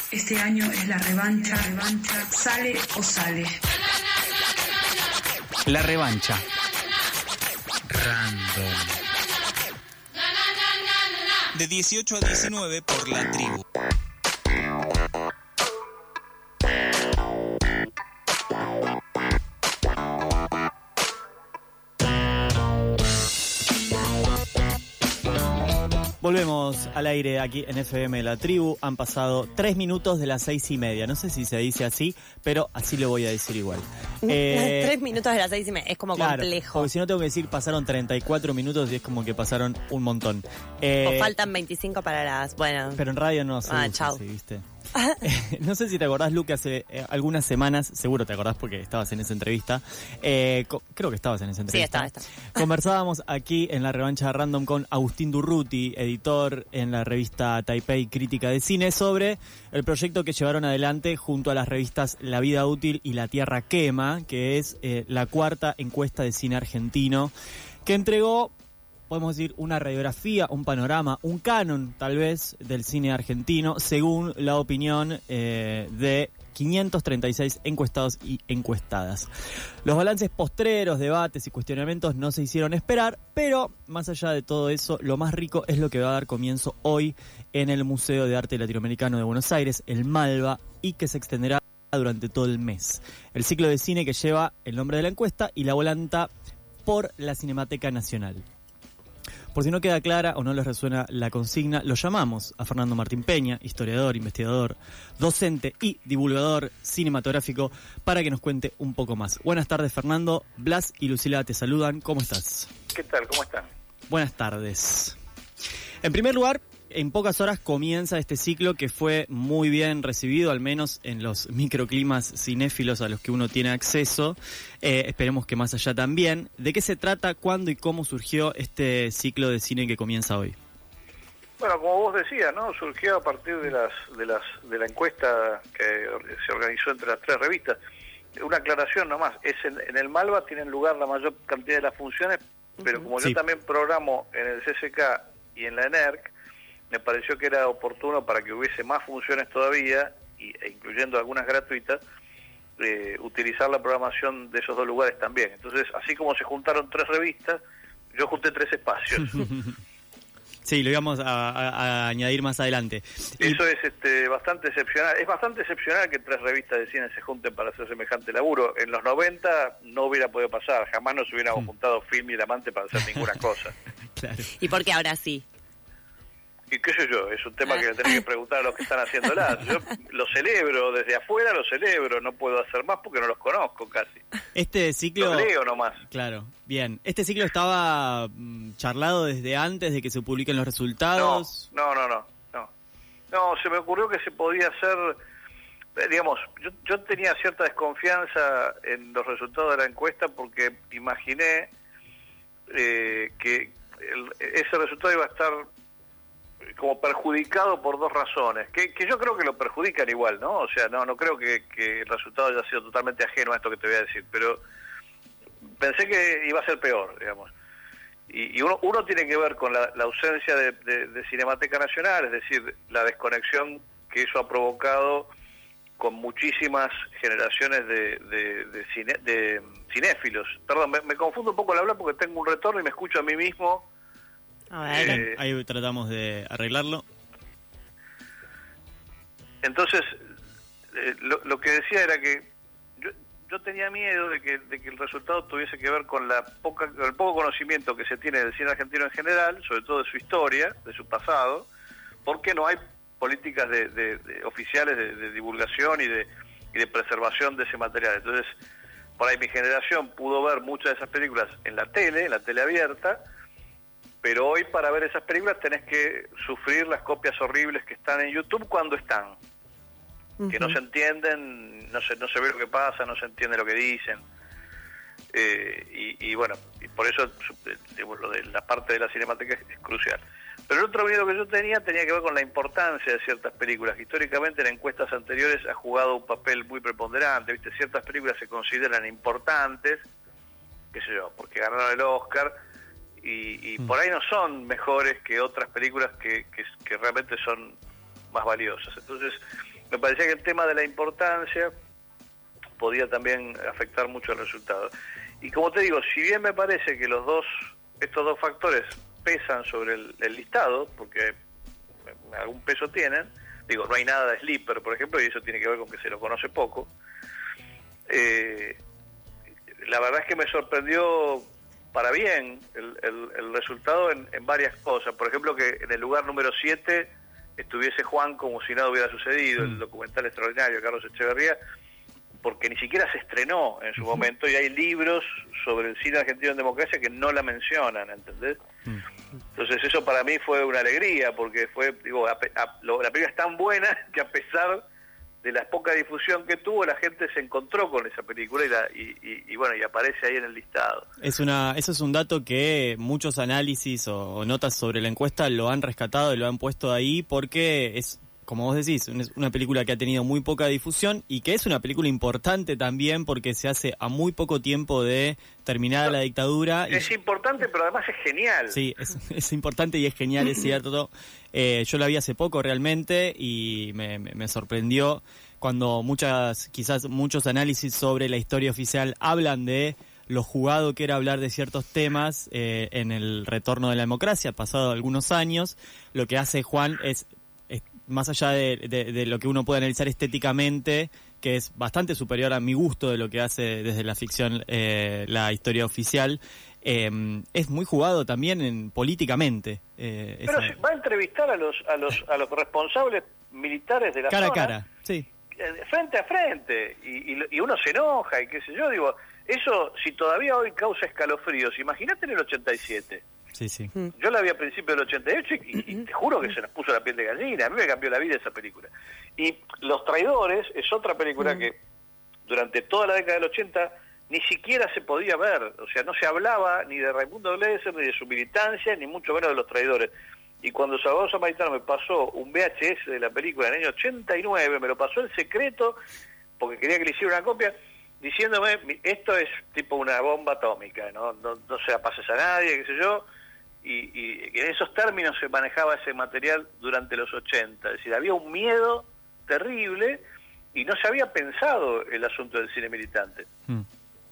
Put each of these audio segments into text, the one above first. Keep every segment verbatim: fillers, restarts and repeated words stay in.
Este año es la revancha, revancha, sale o sale. La revancha. Random. De dieciocho a diecinueve por La Tribu. Volvemos al aire aquí en F M La Tribu. Han pasado tres minutos de las seis y media. No sé si se dice así, pero así lo voy a decir igual. Eh, tres minutos de las seis y media. Es como claro, complejo. Porque si no tengo que decir pasaron treinta y cuatro minutos y es como que pasaron un montón. Eh, o faltan veinticinco para las... Bueno. Pero en radio no se ah, usa chau. así, ¿viste? eh, no sé si te acordás, Luque, hace eh, algunas semanas, seguro te acordás porque estabas en esa entrevista. Eh, co- creo que estabas en esa entrevista. Sí, estaba, estaba. Conversábamos aquí en la revancha Random con Agustín Durruti, editor en la revista Taipei Crítica de Cine, sobre el proyecto que llevaron adelante junto a las revistas La Vida Útil y La Tierra Quema, que es eh, la cuarta encuesta de cine argentino, que entregó, podemos decir, una radiografía, un panorama, un canon, tal vez, del cine argentino, según la opinión eh, de quinientos treinta y seis encuestados y encuestadas. Los balances postreros, debates y cuestionamientos no se hicieron esperar, pero más allá de todo eso, lo más rico es lo que va a dar comienzo hoy en el Museo de Arte Latinoamericano de Buenos Aires, el Malva, y que se extenderá durante todo el mes. El ciclo de cine que lleva el nombre de la encuesta y la volanta por la Cinemateca Nacional. Por si no queda clara o no les resuena la consigna, lo llamamos a Fernando Martín Peña, historiador, investigador, docente y divulgador cinematográfico, para que nos cuente un poco más. Buenas tardes, Fernando. Blas y Lucila te saludan. ¿Cómo estás? ¿Qué tal? ¿Cómo están? Buenas tardes. En primer lugar, en pocas horas comienza este ciclo que fue muy bien recibido, al menos en los microclimas cinéfilos a los que uno tiene acceso. Eh, esperemos que más allá también. ¿De qué se trata, cuándo y cómo surgió este ciclo de cine que comienza hoy? Bueno, como vos decías, ¿no? Surgió a partir de las de las de la encuesta que se organizó entre las tres revistas. Una aclaración nomás, es en, en el Malva tienen lugar la mayor cantidad de las funciones, pero como sí. yo también programo en el C C K y en la ENERC, me pareció que era oportuno para que hubiese más funciones todavía, y, e incluyendo algunas gratuitas, eh, utilizar la programación de esos dos lugares también. Entonces, así como se juntaron tres revistas, yo junté tres espacios. Sí, lo íbamos a, a, a añadir más adelante. Eso es este, bastante excepcional. Es bastante excepcional que tres revistas de cine se junten para hacer semejante laburo. En los noventa no hubiera podido pasar. Jamás nos hubiéramos juntado Film y El Amante para hacer ninguna cosa. Claro. ¿Y por qué ahora sí? Y qué sé yo, es un tema que le tenés que preguntar a los que están haciéndola. Yo lo celebro, desde afuera lo celebro, no puedo hacer más porque no los conozco casi. Este ciclo... Los leo nomás. Claro, bien. ¿Este ciclo estaba mm, charlado desde antes de que se publiquen los resultados? No, no, no, no. No, no se me ocurrió que se podía hacer... Eh, digamos, yo, yo tenía cierta desconfianza en los resultados de la encuesta porque imaginé eh, que el, ese resultado iba a estar como perjudicado por dos razones, que, que yo creo que lo perjudican igual, ¿no? O sea, no no creo que, que el resultado haya sido totalmente ajeno a esto que te voy a decir, pero pensé que iba a ser peor, digamos. Y, y uno, uno tiene que ver con la, la ausencia de, de, de Cinemateca Nacional, es decir, la desconexión que eso ha provocado con muchísimas generaciones de, de, de, cine, de cinéfilos. Perdón, me, me confundo un poco al hablar porque tengo un retorno y me escucho a mí mismo. A ver. Eh, Ahí tratamos de arreglarlo. Entonces, eh, lo, lo que decía era que yo, yo tenía miedo de que, de que el resultado tuviese que ver con la poca, con el poco conocimiento que se tiene del cine argentino en general, sobre todo de su historia, de su pasado, porque no hay políticas de, de, de oficiales de, de divulgación y de, y de preservación de ese material. Entonces, por ahí mi generación pudo ver muchas de esas películas en la tele, en la tele abierta, pero hoy para ver esas películas tenés que sufrir las copias horribles que están en YouTube cuando están, uh-huh. que no se entienden, no se no se ve lo que pasa, no se entiende lo que dicen, eh, y, y bueno, y por eso digamos, lo de la parte de la cinemateca es, es crucial. Pero el otro miedo que yo tenía tenía que ver con la importancia de ciertas películas, que históricamente en encuestas anteriores ha jugado un papel muy preponderante, ¿viste? Ciertas películas se consideran importantes, qué sé yo, porque ganaron el Oscar, y, y mm. por ahí no son mejores que otras películas que, que, que realmente son más valiosas. Entonces, me parecía que el tema de la importancia podía también afectar mucho el resultado. Y como te digo, si bien me parece que los dos, estos dos factores pesan sobre el, el listado, porque algún peso tienen, digo, no hay nada de Sleeper, por ejemplo, y eso tiene que ver con que se lo conoce poco, eh, la verdad es que me sorprendió para bien el, el, el resultado en, en varias cosas. Por ejemplo, que en el lugar número siete estuviese Juan como si nada hubiera sucedido, el documental extraordinario de Carlos Echeverría, porque ni siquiera se estrenó en su momento, y hay libros sobre el cine argentino en democracia que no la mencionan, ¿entendés? Entonces eso para mí fue una alegría, porque fue, digo, a, a, lo, la película es tan buena que a pesar de la poca difusión que tuvo, la gente se encontró con esa película y, la, y, y, y bueno, y aparece ahí en el listado. Es una, eso es un dato que muchos análisis o, o notas sobre la encuesta lo han rescatado y lo han puesto ahí, porque es, como vos decís, una película que ha tenido muy poca difusión y que es una película importante también porque se hace a muy poco tiempo de terminada no, la dictadura. Es y... importante, pero además es genial. Sí, es, es importante y es genial, es cierto. Eh, yo la vi hace poco realmente y me, me, me sorprendió cuando muchas, quizás muchos análisis sobre la historia oficial hablan de lo jugado que era hablar de ciertos temas eh, en el retorno de la democracia, pasado algunos años. Lo que hace Juan es, es más allá de, de, de lo que uno puede analizar estéticamente, que es bastante superior a mi gusto de lo que hace desde la ficción eh, la historia oficial, eh, es muy jugado también en políticamente. Eh, Pero esa... si va a entrevistar a los a los a los responsables militares de la cara zona, a cara, sí, frente a frente, y, y, y uno se enoja y qué sé yo, digo, eso si todavía hoy causa escalofríos, imagínate en el ochenta y siete. Sí, sí. Yo la vi a principios del ochenta y ocho y, y te juro que se nos puso la piel de gallina. A mí me cambió la vida esa película. Y Los Traidores es otra película que durante toda la década del ochenta ni siquiera se podía ver. O sea, no se hablaba ni de Raimundo Gleiser, ni de su militancia, ni mucho menos de Los Traidores. Y cuando Salvador Samaritano me pasó un V H S de la película en el año ochenta y nueve, me lo pasó en secreto porque quería que le hiciera una copia, diciéndome, esto es tipo una bomba atómica, no, no, no se la pases a nadie, qué sé yo. Y, y en esos términos se manejaba ese material durante los ochenta, es decir, había un miedo terrible y no se había pensado el asunto del cine militante. Mm.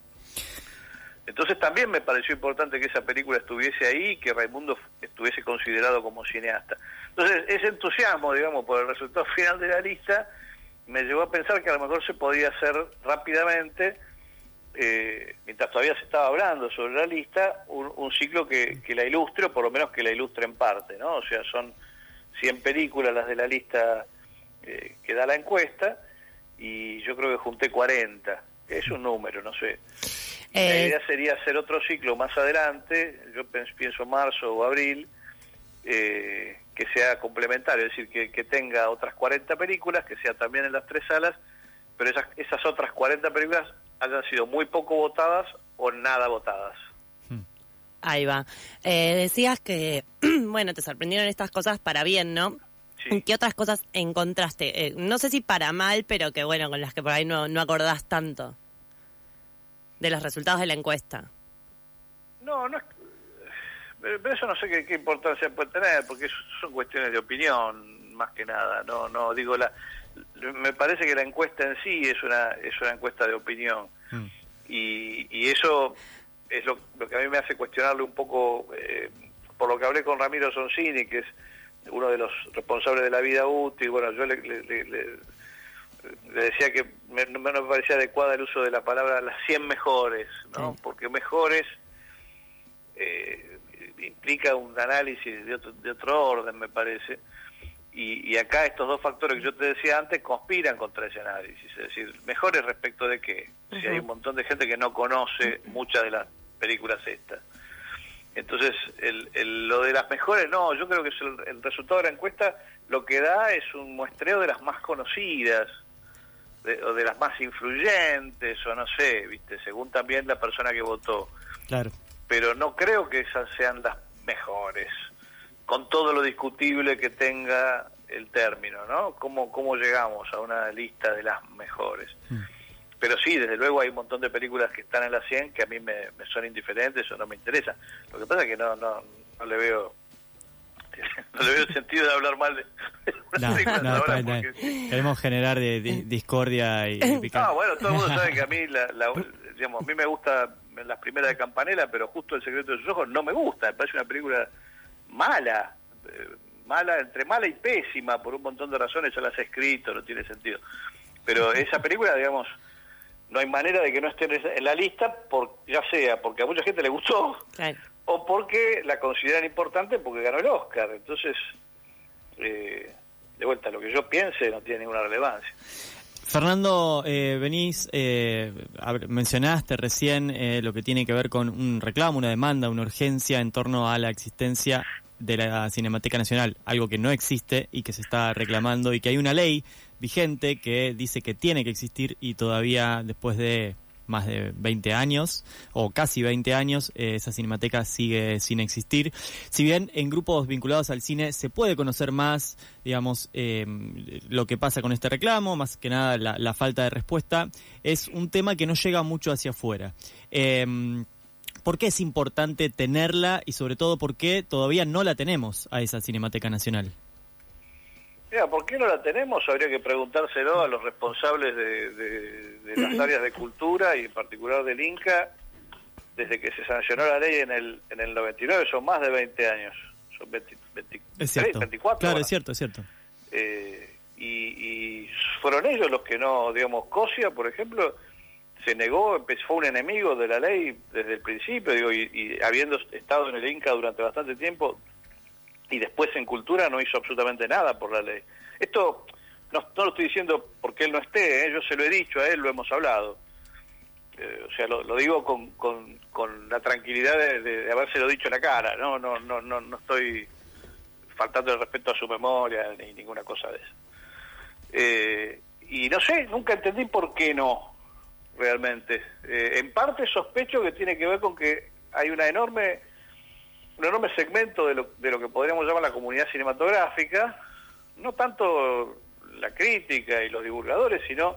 Entonces también me pareció importante que esa película estuviese ahí y que Raimundo estuviese considerado como cineasta. Entonces ese entusiasmo, digamos, por el resultado final de la lista me llevó a pensar que a lo mejor se podía hacer rápidamente, Eh, mientras todavía se estaba hablando sobre la lista, un, un ciclo que, que la ilustre, o por lo menos que la ilustre en parte, ¿no? O sea, son cien películas las de la lista eh, que da la encuesta, y yo creo que junté cuarenta. Es un número, no sé. Eh... La idea sería hacer otro ciclo más adelante, yo pienso marzo o abril, eh, que sea complementario, es decir, que, que tenga otras cuarenta películas, que sea también en las tres salas, pero esas, esas otras cuarenta películas hayan sido muy poco votadas o nada votadas. Ahí va. Eh, decías que, bueno, te sorprendieron estas cosas para bien, ¿no? Sí. ¿Qué otras cosas encontraste? Eh, no sé si para mal, pero que bueno, con las que por ahí no, no acordás tanto de los resultados de la encuesta. No, no es... Pero eso no sé qué, qué importancia puede tener, porque son cuestiones de opinión, más que nada. No, no, digo, la... me parece que la encuesta en sí es una es una encuesta de opinión mm. y, y eso es lo, lo que a mí me hace cuestionarle un poco, eh, por lo que hablé con Ramiro Sonsini, que es uno de los responsables de La Vida Útil. Bueno, yo le, le, le, le decía que me, no me parecía adecuada el uso de la palabra las cien mejores, ¿no? Sí. Porque mejores eh, implica un análisis de otro, de otro orden, me parece. Y, y acá estos dos factores que yo te decía antes conspiran contra ese análisis, es decir, mejores respecto de qué, uh-huh. Si hay un montón de gente que no conoce muchas de las películas estas. Entonces, el, el, lo de las mejores, no, yo creo que es el, el resultado de la encuesta lo que da es un muestreo de las más conocidas, de, o de las más influyentes, o no sé, viste, según también la persona que votó. Claro. Pero no creo que esas sean las mejores, con todo lo discutible que tenga el término, ¿no? ¿Cómo, cómo llegamos a una lista de las mejores? Mm. Pero sí, desde luego hay un montón de películas que están en la cien que a mí me, me son indiferentes o no me interesan. Lo que pasa es que no no, no le veo tiene, no le veo el sentido de hablar mal de, de una no, película no, ahora está, porque... no. Queremos generar de, de, discordia y, y picante. Ah, bueno, todo el mundo sabe que a mí, la, la, digamos, a mí me gusta las primeras de Campanella, pero justo El secreto de sus ojos no me gusta, me parece una película mala, eh, mala, entre mala y pésima, por un montón de razones, ya las he escrito, no tiene sentido. Pero esa película, digamos, no hay manera de que no esté en la lista, por, ya sea porque a mucha gente le gustó, claro, o porque la consideran importante porque ganó el Oscar. Entonces, eh, de vuelta, lo que yo piense no tiene ninguna relevancia. Fernando, eh, venís, eh, mencionaste recién eh, lo que tiene que ver con un reclamo, una demanda, una urgencia en torno a la existencia de la Cinemateca Nacional, algo que no existe y que se está reclamando, y que hay una ley vigente que dice que tiene que existir, y todavía después de más de veinte años, o casi veinte años, eh, esa cinemateca sigue sin existir. Si bien en grupos vinculados al cine se puede conocer más, digamos, eh, lo que pasa con este reclamo, más que nada la, la falta de respuesta, es un tema que no llega mucho hacia afuera. Eh, ¿Por qué es importante tenerla, y sobre todo por qué todavía no la tenemos a esa Cinemateca Nacional? Mira, ¿por qué no la tenemos? Habría que preguntárselo a los responsables de, de, de las áreas de cultura, y en particular del Inca, desde que se sancionó la ley en el en el noventa y nueve, son más de veinte años, son veinte, veintitrés, veinticuatro. Claro, ahora. es cierto, es cierto. Eh, y, y fueron ellos los que no, digamos, Cosia, por ejemplo, se negó, fue un enemigo de la ley desde el principio, digo, y, y habiendo estado en el Inca durante bastante tiempo, y después en Cultura no hizo absolutamente nada por la ley. Esto no, no lo estoy diciendo porque él no esté, ¿eh? Yo se lo he dicho a él, lo hemos hablado. Eh, o sea, lo, lo digo con, con, con la tranquilidad de, de, de habérselo dicho en la cara, ¿no? No, no, no, no estoy faltando el respeto a su memoria ni ninguna cosa de eso. Eh, y no sé, nunca entendí por qué no, realmente. Eh, en parte sospecho que tiene que ver con que hay una enorme... un enorme segmento de lo, de lo que podríamos llamar la comunidad cinematográfica, no tanto la crítica y los divulgadores, sino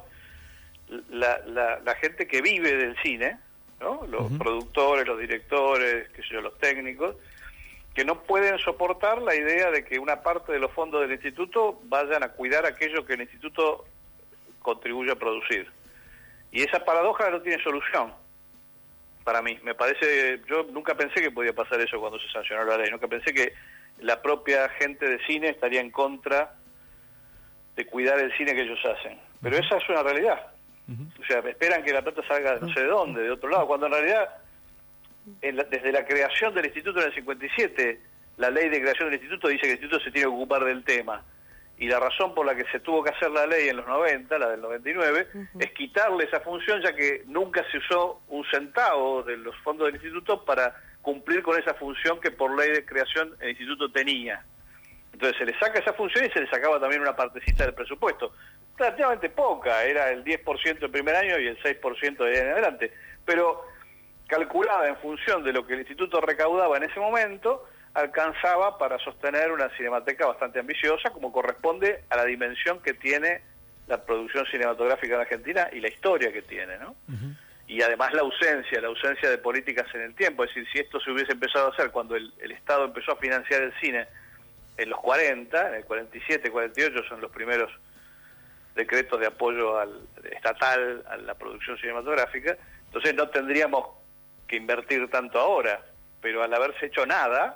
la, la, la gente que vive del cine, ¿no? Los uh-huh. productores, los directores, qué sé yo, los técnicos, que no pueden soportar la idea de que una parte de los fondos del instituto vayan a cuidar aquello que el instituto contribuye a producir. Y esa paradoja no tiene solución. Para mí, me parece, yo nunca pensé que podía pasar eso cuando se sancionó la ley, nunca pensé que la propia gente de cine estaría en contra de cuidar el cine que ellos hacen. Pero esa es una realidad. Uh-huh. O sea, esperan que la plata salga no sé de dónde, de otro lado, cuando en realidad, en la, desde la creación del instituto en el cincuenta y siete, la ley de creación del instituto dice que el instituto se tiene que ocupar del tema. Y la razón por la que se tuvo que hacer la ley en los noventa, la del noventa y nueve, uh-huh. es quitarle esa función, ya que nunca se usó un centavo de los fondos del instituto para cumplir con esa función que por ley de creación el instituto tenía. Entonces se le saca esa función y se le sacaba también una partecita del presupuesto. Relativamente poca, era el diez por ciento el primer año y el seis por ciento de ahí en adelante. Pero calculada en función de lo que el instituto recaudaba en ese momento, alcanzaba para sostener una cinemateca bastante ambiciosa, como corresponde a la dimensión que tiene la producción cinematográfica en Argentina y la historia que tiene, ¿no? Uh-huh. Y además la ausencia, la ausencia de políticas en el tiempo. Es decir, si esto se hubiese empezado a hacer cuando el, el Estado empezó a financiar el cine en los cuarenta, en el cuarenta y siete, cuarenta y ocho son los primeros decretos de apoyo al, estatal a la producción cinematográfica, entonces no tendríamos que invertir tanto ahora, pero al haberse hecho nada,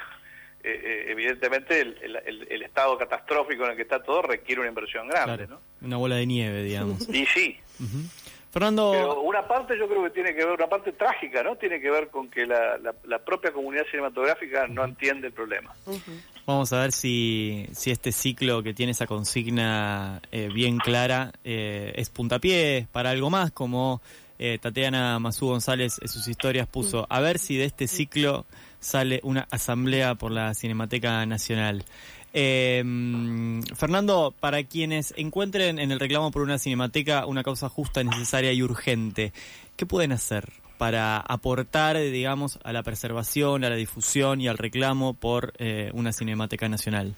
Eh, eh, evidentemente el, el, el estado catastrófico en el que está todo requiere una inversión grande, claro, ¿no? Una bola de nieve, digamos. Y sí. Uh-huh. Fernando... Pero una parte yo creo que tiene que ver, una parte trágica, ¿no? Tiene que ver con que la, la, la propia comunidad cinematográfica uh-huh. no entiende el problema. Uh-huh. Vamos a ver si, si este ciclo que tiene esa consigna eh, bien clara eh, es puntapié para algo más, como eh, Tatiana Mazú González en sus historias puso, a ver si de este ciclo sale una asamblea por la Cinemateca Nacional. Eh, Fernando, para quienes encuentren en el reclamo por una cinemateca una causa justa, necesaria y urgente, ¿qué pueden hacer para aportar, digamos, a la preservación, a la difusión y al reclamo por eh, una Cinemateca Nacional?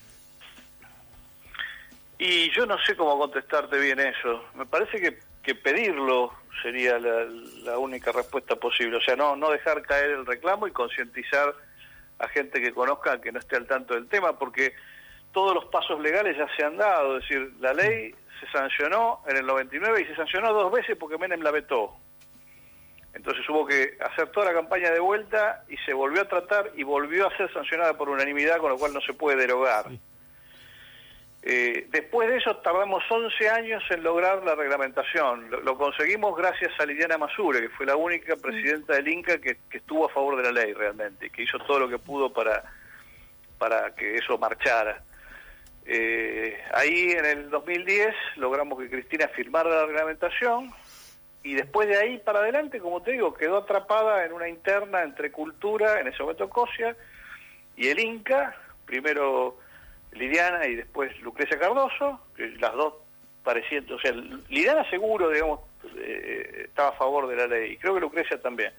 Y yo no sé cómo contestarte bien eso. Me parece que, que pedirlo sería la, la única respuesta posible. O sea, no no dejar caer el reclamo y concientizar a gente que conozca, que no esté al tanto del tema, porque todos los pasos legales ya se han dado. Es decir, la ley se sancionó en el noventa y nueve y se sancionó dos veces porque Menem la vetó. Entonces hubo que hacer toda la campaña de vuelta y se volvió a tratar y volvió a ser sancionada por unanimidad, con lo cual no se puede derogar. Sí. Eh, después de eso tardamos once años en lograr la reglamentación. Lo, lo conseguimos gracias a Liliana Masure, que fue la única presidenta del Inca que, que estuvo a favor de la ley realmente, que hizo todo lo que pudo para, para que eso marchara. Eh, ahí en el dos mil diez logramos que Cristina firmara la reglamentación y después de ahí para adelante, como te digo, quedó atrapada en una interna entre Cultura, en ese momento COSIA, y el Inca, primero Liliana y después Lucrecia Cardoso, que las dos parecían, o sea, Liliana seguro, digamos, eh, estaba a favor de la ley, y creo que Lucrecia también.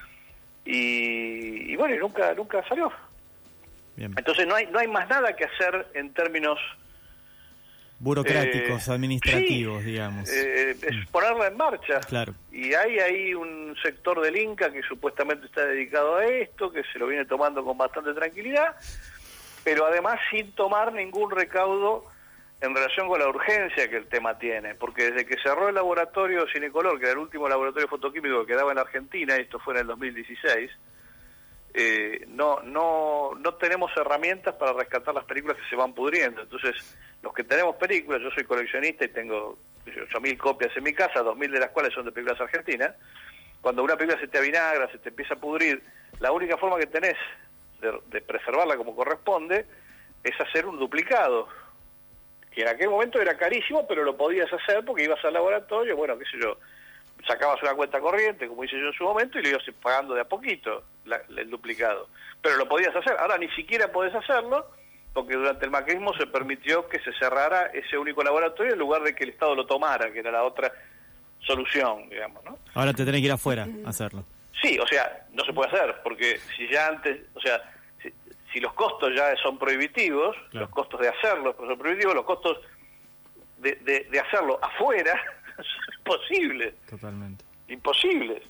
Y, y bueno, y nunca, nunca salió. Bien. Entonces no hay no hay más nada que hacer en términos burocráticos, eh, administrativos, sí, digamos. Eh, es mm. ponerla en marcha. Claro. Y hay ahí un sector del Inca que supuestamente está dedicado a esto, que se lo viene tomando con bastante tranquilidad, pero además sin tomar ningún recaudo en relación con la urgencia que el tema tiene, porque desde que cerró el laboratorio Cinecolor, que era el último laboratorio fotoquímico que quedaba en la Argentina, y esto fue en el dos mil dieciséis, Eh, no no no tenemos herramientas para rescatar las películas que se van pudriendo. Entonces, los que tenemos películas, yo soy coleccionista y tengo ocho mil copias en mi casa, dos mil de las cuales son de películas argentinas. Cuando una película se te avinagra, se te empieza a pudrir, la única forma que tenés de, de preservarla como corresponde es hacer un duplicado, que en aquel momento era carísimo, pero lo podías hacer porque ibas al laboratorio, bueno, qué sé yo, sacabas una cuenta corriente, como hice yo en su momento, y lo ibas pagando de a poquito la, el duplicado. Pero lo podías hacer. Ahora ni siquiera podés hacerlo, porque durante el macrismo se permitió que se cerrara ese único laboratorio en lugar de que el Estado lo tomara, que era la otra solución, digamos, ¿no? Ahora te tenés que ir afuera a hacerlo. Sí, o sea, no se puede hacer, porque si ya antes, o sea, si, si los costos ya son prohibitivos, claro, los costos de hacerlo son prohibitivos, los costos de, de, de hacerlo afuera es imposible. Totalmente. Imposible.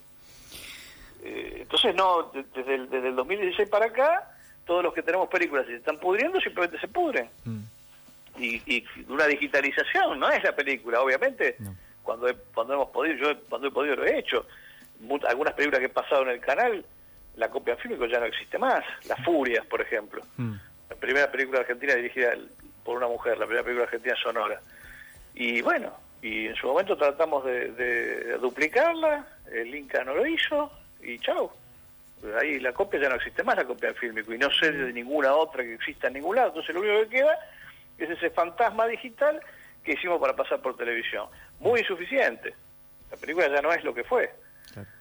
Eh, entonces, no, desde el, desde el dos mil dieciséis para acá, todos los que tenemos películas y se están pudriendo, simplemente se pudren. Mm. Y, y una digitalización no es la película, obviamente. No. Cuando he, cuando hemos podido, yo cuando he podido lo he hecho. Algunas películas que he pasado en el canal, la copia en fílmico ya no existe más. Las Furias, por ejemplo. Mm. La primera película argentina dirigida por una mujer, la primera película argentina sonora. Y bueno, y en su momento tratamos de, de duplicarla, el Inca no lo hizo, y chao. Ahí la copia ya no existe más, la copia en fílmico, y no sé de ninguna otra que exista en ningún lado. Entonces lo único que queda es ese fantasma digital que hicimos para pasar por televisión. Muy insuficiente. La película ya no es lo que fue. Claro.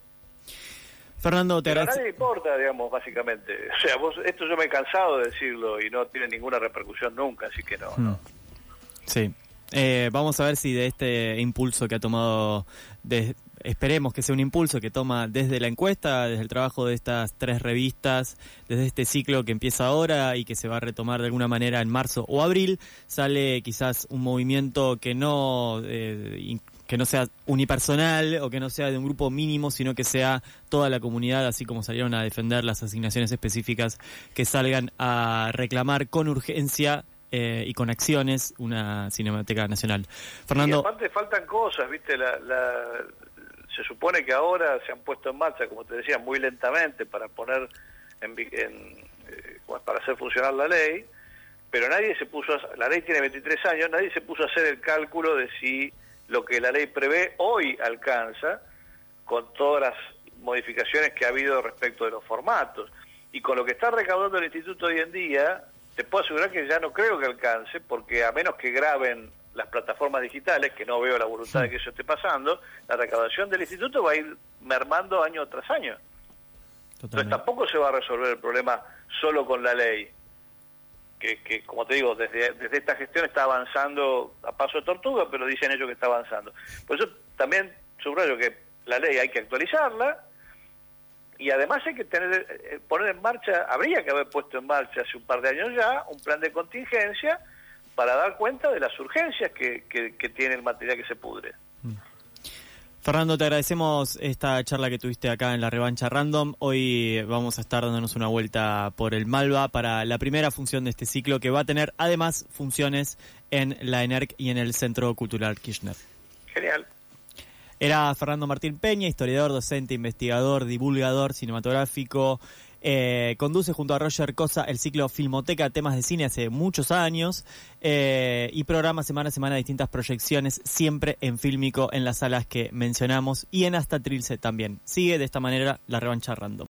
Fernando, te agradezco. A nadie le importa, digamos, básicamente. O sea, vos, esto yo me he cansado de decirlo y no tiene ninguna repercusión nunca, así que no. Hmm. no. Sí. Eh, vamos a ver si de este impulso que ha tomado, de, esperemos que sea un impulso que toma desde la encuesta, desde el trabajo de estas tres revistas, desde este ciclo que empieza ahora y que se va a retomar de alguna manera en marzo o abril, sale quizás un movimiento que no eh, que no sea unipersonal o que no sea de un grupo mínimo, sino que sea toda la comunidad, así como salieron a defender las asignaciones específicas, que salgan a reclamar con urgencia Eh, y con acciones una Cinemateca Nacional. Fernando. Y aparte faltan cosas, ¿viste? La, la, se supone que ahora se han puesto en marcha, como te decía, muy lentamente para poner en, en eh, para hacer funcionar la ley, pero nadie se puso a, la ley tiene veintitrés años, nadie se puso a hacer el cálculo de si lo que la ley prevé hoy alcanza con todas las modificaciones que ha habido respecto de los formatos. Y con lo que está recaudando el Instituto hoy en día, te puedo asegurar que ya no creo que alcance, porque a menos que graben las plataformas digitales, que no veo la voluntad de que eso esté pasando, la recaudación del instituto va a ir mermando año tras año. Totalmente. Entonces tampoco se va a resolver el problema solo con la ley, que, que como te digo, desde, desde esta gestión está avanzando a paso de tortuga, pero dicen ellos que está avanzando. Por eso también subrayo que la ley hay que actualizarla, y además hay que tener eh, poner en marcha, habría que haber puesto en marcha hace un par de años ya, un plan de contingencia para dar cuenta de las urgencias que, que, que tiene el material que se pudre. Fernando, te agradecemos esta charla que tuviste acá en la Revancha Random. Hoy vamos a estar dándonos una vuelta por el Malva para la primera función de este ciclo, que va a tener además funciones en la ENERC y en el Centro Cultural Kirchner. Genial. Era Fernando Martín Peña, historiador, docente, investigador, divulgador cinematográfico. Eh, conduce junto a Roger Cosa el ciclo Filmoteca, temas de cine hace muchos años, eh, y programa semana a semana distintas proyecciones, siempre en Fílmico, en las salas que mencionamos, y en Hasta Trilce también. Sigue de esta manera la Revancha Random.